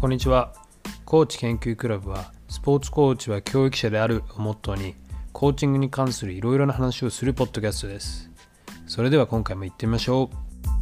こんにちは。コーチ研究クラブはスポーツコーチは教育者であるをモットーにコーチングに関するいろいろな話をするポッドキャストです。それでは今回も行ってみましょ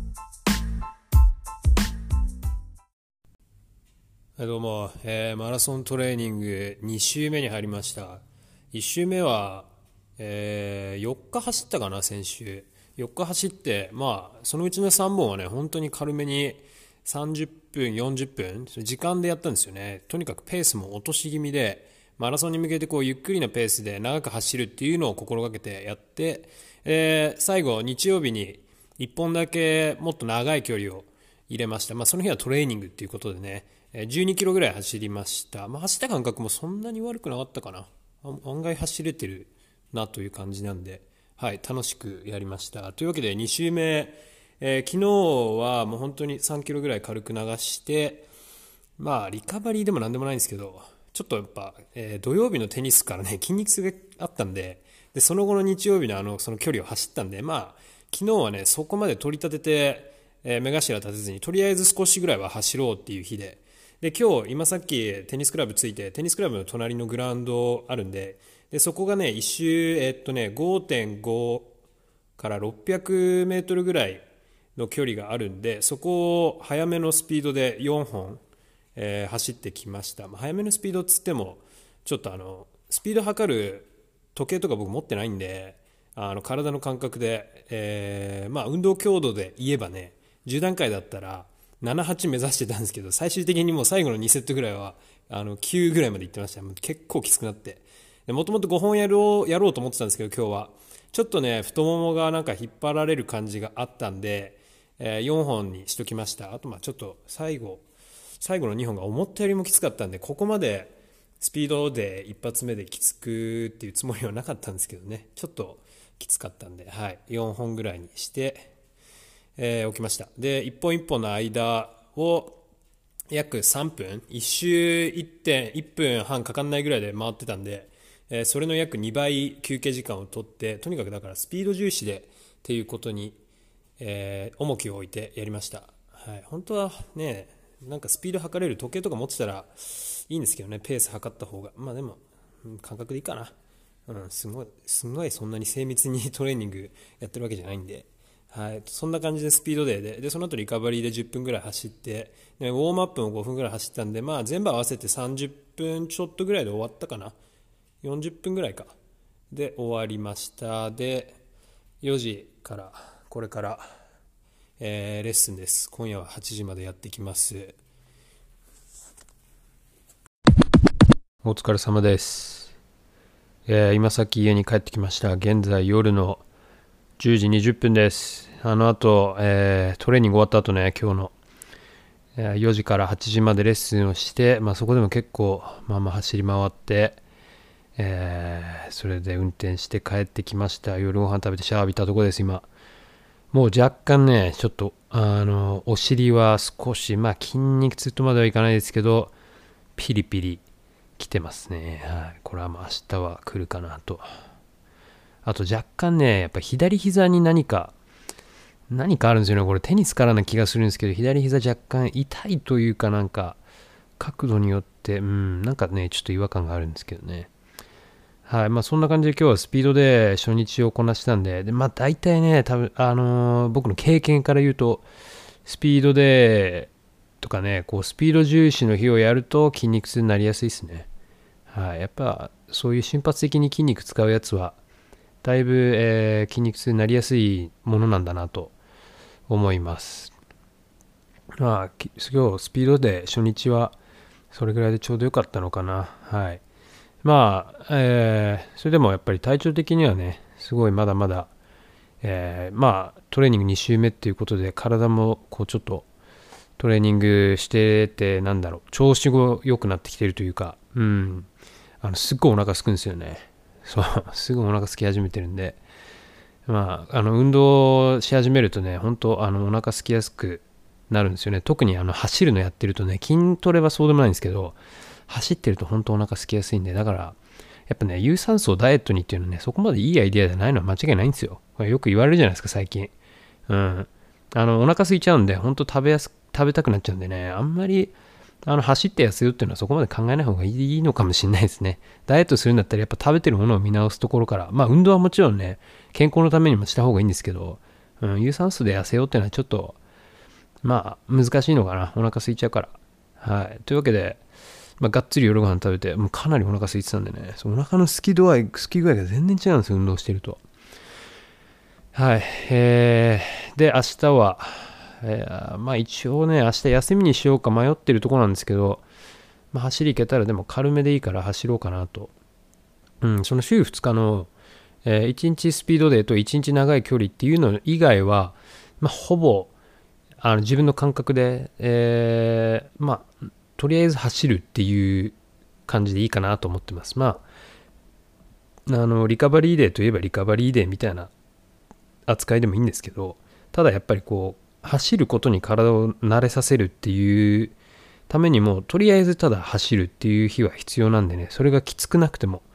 う。どうも、マラソントレーニング2週目に入りました。1週目は、4日走ったかな。先週4日走って、そのうちの3本はね本当に軽めに30分40分時間でやったんですよね。とにかくペースも落とし気味で、マラソンに向けてゆっくりなペースで長く走るっていうのを心がけてやって、最後日曜日に1本だけもっと長い距離を入れました。その日はトレーニングっていうことでね、12キロぐらい走りました。走った感覚もそんなに悪くなかったかな。案外走れてるなという感じなんで、楽しくやりました。というわけで2週目、昨日はもう本当に3キロぐらい軽く流して、リカバリーでもなんでもないんですけど、ちょっとやっぱ、土曜日のテニスからね筋肉痛があったんで、その後の日曜日のその距離を走ったんで、昨日はねそこまで取り立てて、目頭立てずにとりあえず少しぐらいは走ろうっていう日で、今日今さっきテニスクラブ着いて、テニスクラブの隣のグラウンドあるんで、そこがね一周5.5 から600メートルぐらいの距離があるんで、そこを早めのスピードで4本、走ってきました。早めのスピードっつってもちょっとスピード測る時計とか僕持ってないんで、体の感覚で、運動強度で言えばね10段階だったら7、8目指してたんですけど、最終的にもう最後の2セットぐらいは9ぐらいまで行ってました。もう結構きつくなって、もともと5本やろうと思ってたんですけど、今日はちょっとね太ももがなんか引っ張られる感じがあったんで、4本にしときました。あとちょっと最後の2本が思ったよりもきつかったんで、ここまでスピードで一発目できつくっていうつもりはなかったんですけどね、ちょっときつかったんで、4本ぐらいにして、置きました。で一本一本の間を約3分、1周1分半かかんないぐらいで回ってたんで、それの約2倍休憩時間を取って、とにかくだからスピード重視でっていうことに、重きを置いてやりました。本当はねなんかスピード測れる時計とか持ってたらいいんですけどね、ペース測った方がでも感覚でいいかな。すごいそんなに精密にトレーニングやってるわけじゃないんで、そんな感じでスピードでその後リカバリーで10分ぐらい走って、ウォームアップも5分ぐらい走ったんで、全部合わせて30分ちょっとぐらいで終わったかな。40分ぐらいかで終わりました。で4時からこれから、レッスンです。今夜は8時までやってきます。お疲れ様です。今さっき家に帰ってきました。現在夜の10時20分です。あの後、トレーニング終わった後ね、今日の、4時から8時までレッスンをして、そこでも結構走り回って、それで運転して帰ってきました。夜ご飯食べてシャワー浴びたとこです。今もう若干ねちょっとお尻は少し筋肉痛とまではいかないですけどピリピリきてますね。これは明日は来るかなと。あと若干ねやっぱ左膝に何かあるんですよね。これテニスからな気がするんですけど、左膝若干痛いというか、なんか角度によってなんかねちょっと違和感があるんですけどね。そんな感じで今日はスピードで初日をこなしたんで、大体ね多分僕の経験から言うと、スピードでとかねスピード重視の日をやると筋肉痛になりやすいですね。やっぱそういう瞬発的に筋肉使うやつはだいぶ、筋肉痛になりやすいものなんだなと思います。今日スピードで初日はそれぐらいでちょうどよかったのかな。それでもやっぱり体調的にはねすごいまだまだ、トレーニング2週目っていうことで体もちょっとトレーニングしてて調子が良くなってきてるというか、すっごいお腹空くんですよね。すぐお腹空き始めてるんで、運動し始めるとね本当お腹空きやすくなるんですよね。特に走るのやってるとね、筋トレはそうでもないんですけど走ってると本当お腹空きやすいんで、だからやっぱね有酸素をダイエットにっていうのはねそこまでいいアイデアじゃないのは間違いないんですよ。よく言われるじゃないですか最近。お腹空いちゃうんで本当食べたくなっちゃうんでね、あんまり走って痩せようっていうのはそこまで考えない方がいいのかもしれないですね。ダイエットするんだったらやっぱ食べてるものを見直すところから、まあ運動はもちろんね、健康のためにもした方がいいんですけど、有酸素で痩せようっていうのはちょっと、まあ難しいのかな。お腹空いちゃうから。はい。というわけで、まあ、がっつり夜ご飯食べて、もうかなりお腹空いてたんでね、お腹の空き具合が全然違うんですよ、運動してると。はい。で、明日は、まあ一応ね、明日休みにしようか迷ってるところなんですけど、まあ、走り行けたらでも軽めでいいから走ろうかなと。その週2日の、1日スピードデーと1日長い距離っていうの以外は、まあ、ほぼ自分の感覚で、まあ、とりあえず走るっていう感じでいいかなと思ってます。まあ、リカバリーデーといえばリカバリーデーみたいな扱いでもいいんですけど、ただやっぱりこう走ることに体を慣れさせるっていうためにもとりあえずただ走るっていう日は必要なんでね、それがきつくなくても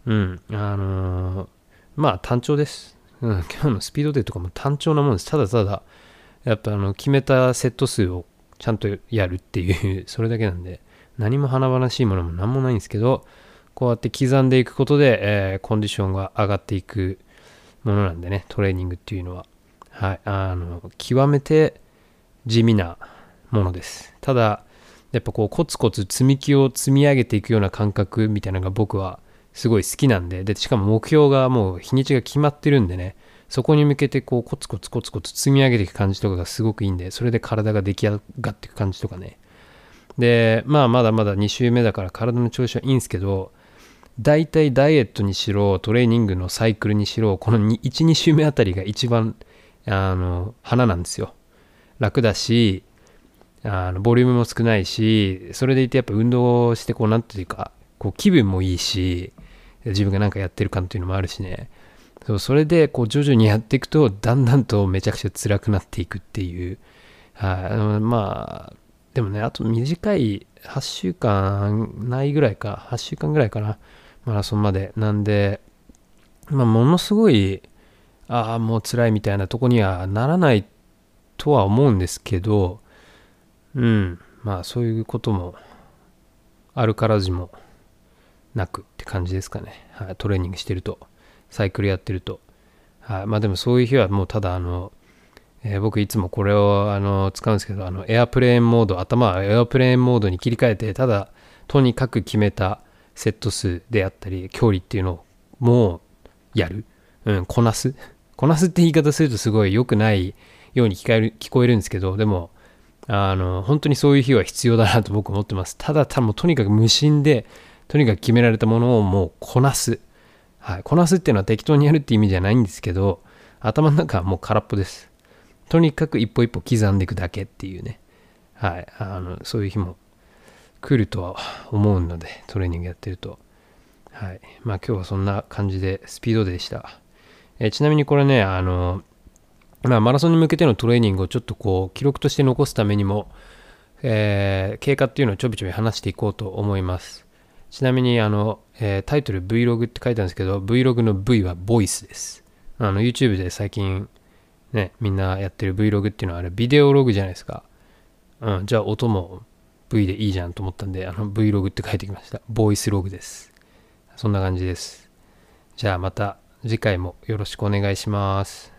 まあ単調です、今日のスピードデーとかも単調なもんです。ただただやっぱ決めたセット数をちゃんとやるっていうそれだけなんで、何も華々しいものも何もないんですけど、こうやって刻んでいくことで、コンディションが上がっていくものなんでね、トレーニングっていうのは、はい、極めて地味なものです。ただやっぱこうコツコツ積み木を積み上げていくような感覚みたいなのが僕はすごい好きなんで、しかも目標がもう日にちが決まってるんでね、そこに向けてこうコツコツコツコツ積み上げていく感じとかがすごくいいんで、それで体が出来上がっていく感じとかね。で、まあまだまだ2週目だから体の調子はいいんですけど、大体ダイエットにしろトレーニングのサイクルにしろ、この1、2週目あたりが一番花なんですよ。楽だし、ボリュームも少ないし、それでいてやっぱ運動してこうなんていうか、こう気分もいいし、自分がなんかやってる感っていうのもあるしね。それでこう徐々にやっていくとだんだんとめちゃくちゃ辛くなっていくっていう、まあでもね、あと短い8週間ないぐらいか、8週間ぐらいかな、マラソンまでなんで、まあものすごいもう辛いみたいなとこにはならないとは思うんですけど、まあそういうこともあるからずもなくって感じですかね。はい、トレーニングしてると、サイクルやってると。はい、まあでもそういう日はもうただ僕いつもこれを使うんですけど、エアプレーンモード、頭はエアプレーンモードに切り替えて、ただとにかく決めたセット数であったり距離っていうのをもうやる、こなすって言い方するとすごい良くないように聞こえるんですけど、でも本当にそういう日は必要だなと僕思ってます。ただもうとにかく無心でとにかく決められたものをもうこなす、はい、こなすっていうのは適当にやるって意味じゃないんですけど、頭の中はもう空っぽです。とにかく一歩一歩刻んでいくだけっていうね、はい、そういう日も来るとは思うので、トレーニングやってると、はい、まあ今日はそんな感じでスピードでした。ちなみにこれね、マラソンに向けてのトレーニングをちょっとこう記録として残すためにも、経過っていうのをちょびちょび話していこうと思います。ちなみにタイトル Vlog って書いてあるんですけど、 Vlog の V はボイスです。YouTube で最近ね、みんなやってる Vlog っていうのはあれビデオログじゃないですか。じゃあ音も V でいいじゃんと思ったんで、Vlog って書いてきました。ボイスログです。そんな感じです。じゃあまた次回もよろしくお願いします。